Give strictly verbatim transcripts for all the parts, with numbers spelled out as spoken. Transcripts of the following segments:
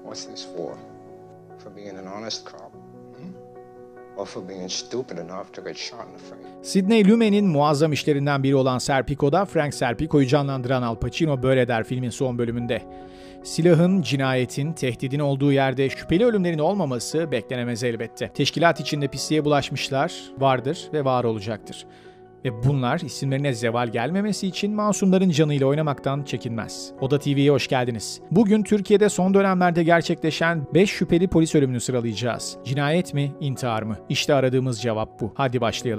What's this for? For being an honest cop? Hmm? Or for being stupid enough to get shot in the face? Sidney Lumet'in muazzam işlerinden biri olan Serpico'da Frank Serpico'yu canlandıran Al Pacino böyle der filmin son bölümünde. Silahın, cinayetin, tehdidin olduğu yerde şüpheli ölümlerin olmaması beklenemez elbette. Teşkilat içinde pisliğe bulaşmışlar vardır ve var olacaktır. Ve bunlar isimlerine zeval gelmemesi için masumların canıyla oynamaktan çekinmez. Oda T V'ye hoş geldiniz. Bugün Türkiye'de son dönemlerde gerçekleşen beş şüpheli polis ölümünü sıralayacağız. Cinayet mi, intihar mı? İşte aradığımız cevap bu. Hadi başlayalım.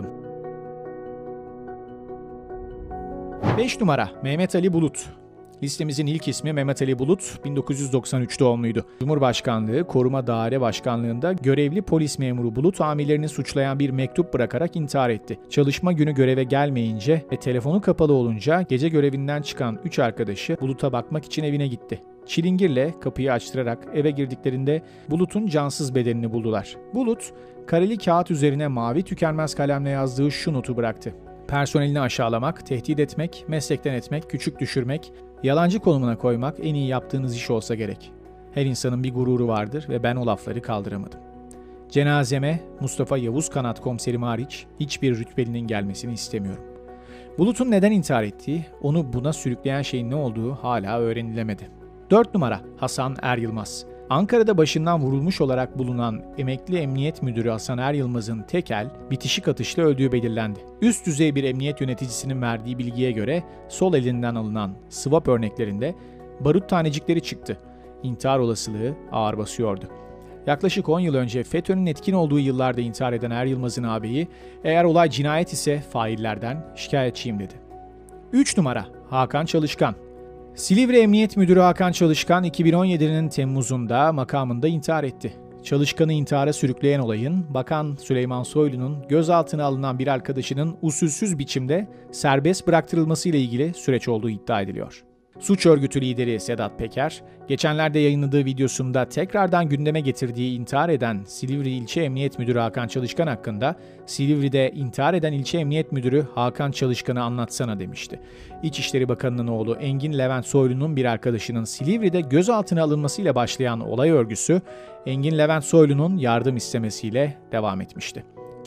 beş numara Mehmet Ali Bulut. Listemizin ilk ismi Mehmet Ali Bulut, bin dokuz yüz doksan üç doğumluydu. Cumhurbaşkanlığı Koruma Daire Başkanlığı'nda görevli polis memuru Bulut amirlerini suçlayan bir mektup bırakarak intihar etti. Çalışma günü göreve gelmeyince ve telefonu kapalı olunca gece görevinden çıkan üç arkadaşı Bulut'a bakmak için evine gitti. Çilingirle kapıyı açtırarak eve girdiklerinde Bulut'un cansız bedenini buldular. Bulut, kareli kağıt üzerine mavi tükenmez kalemle yazdığı şu notu bıraktı. Personelini aşağılamak, tehdit etmek, meslekten etmek, küçük düşürmek, yalancı konumuna koymak en iyi yaptığınız iş olsa gerek. Her insanın bir gururu vardır ve ben o lafları kaldıramadım. Cenazeme Mustafa Yavuz Kanat komiserim hariç hiçbir rütbelinin gelmesini istemiyorum. Bulut'un neden intihar ettiği, onu buna sürükleyen şeyin ne olduğu hala öğrenilemedi. dört numara Hasan Er Yılmaz. Ankara'da başından vurulmuş olarak bulunan emekli emniyet müdürü Hasan Er Yılmaz'ın tekel, bitişik atışla öldüğü belirlendi. Üst düzey bir emniyet yöneticisinin verdiği bilgiye göre sol elinden alınan swap örneklerinde barut tanecikleri çıktı. İntihar olasılığı ağır basıyordu. Yaklaşık on yıl önce FETÖ'nün etkin olduğu yıllarda intihar eden Er Yılmaz'ın ağabeyi, eğer olay cinayet ise faillerden şikayetçiyim dedi. üç numara Hakan Çalışkan. Silivri Emniyet Müdürü Hakan Çalışkan iki bin on yedi'nin Temmuz'unda makamında intihar etti. Çalışkan'ı intihara sürükleyen olayın Bakan Süleyman Soylu'nun gözaltına alınan bir arkadaşının usulsüz biçimde serbest bıraktırılmasıyla ilgili süreç olduğu iddia ediliyor. Suç örgütü lideri Sedat Peker, geçenlerde yayınladığı videosunda tekrardan gündeme getirdiği intihar eden Silivri İlçe Emniyet Müdürü Hakan Çalışkan hakkında Silivri'de intihar eden İlçe Emniyet Müdürü Hakan Çalışkan'ı anlatsana demişti. İçişleri Bakanı'nın oğlu Engin Levent Soylu'nun bir arkadaşının Silivri'de gözaltına alınmasıyla başlayan olay örgüsü, Engin Levent Soylu'nun yardım istemesiyle devam etmişti.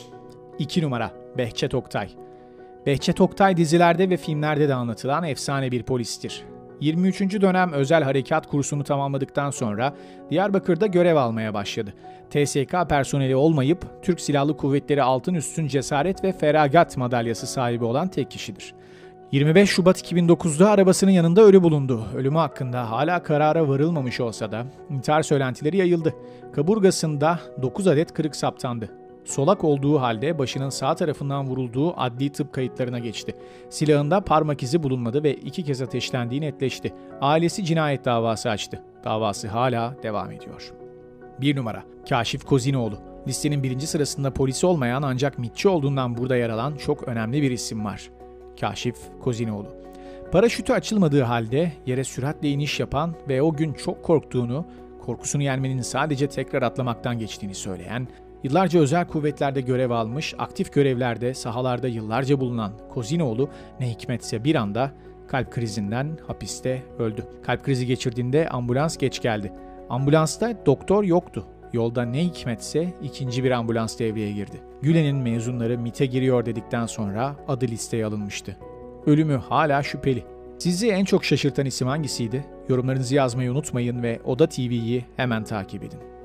iki numara Behçet Oktay. Behçet Oktay dizilerde ve filmlerde de anlatılan efsane bir polistir. yirmi üçüncü dönem özel harekat kursunu tamamladıktan sonra Diyarbakır'da görev almaya başladı. T S K personeli olmayıp Türk Silahlı Kuvvetleri Altın Üstün Cesaret ve Feragat madalyası sahibi olan tek kişidir. yirmi beş Şubat iki bin dokuz'da arabasının yanında ölü bulundu. Ölümü hakkında hala karara varılmamış olsa da intihar söylentileri yayıldı. Kaburgasında dokuz adet kırık saptandı. Solak olduğu halde başının sağ tarafından vurulduğu adli tıp kayıtlarına geçti. Silahında parmak izi bulunmadı ve iki kez ateşlendiği netleşti. Ailesi cinayet davası açtı. Davası hala devam ediyor. bir numara Kaşif Kozinoğlu. Listenin birinci sırasında polisi olmayan ancak MİT'çi olduğundan burada yer alan çok önemli bir isim var. Kaşif Kozinoğlu. Paraşütü açılmadığı halde yere süratle iniş yapan ve o gün çok korktuğunu, korkusunu yenmenin sadece tekrar atlamaktan geçtiğini söyleyen, yıllarca özel kuvvetlerde görev almış, aktif görevlerde, sahalarda yıllarca bulunan Kozinoğlu ne hikmetse bir anda kalp krizinden hapiste öldü. Kalp krizi geçirdiğinde ambulans geç geldi. Ambulansta doktor yoktu. Yolda ne hikmetse ikinci bir ambulans devreye girdi. Gülen'in mezunları MİT'e giriyor dedikten sonra adı listeye alınmıştı. Ölümü hala şüpheli. Sizi en çok şaşırtan isim hangisiydi? Yorumlarınızı yazmayı unutmayın ve Oda T V'yi hemen takip edin.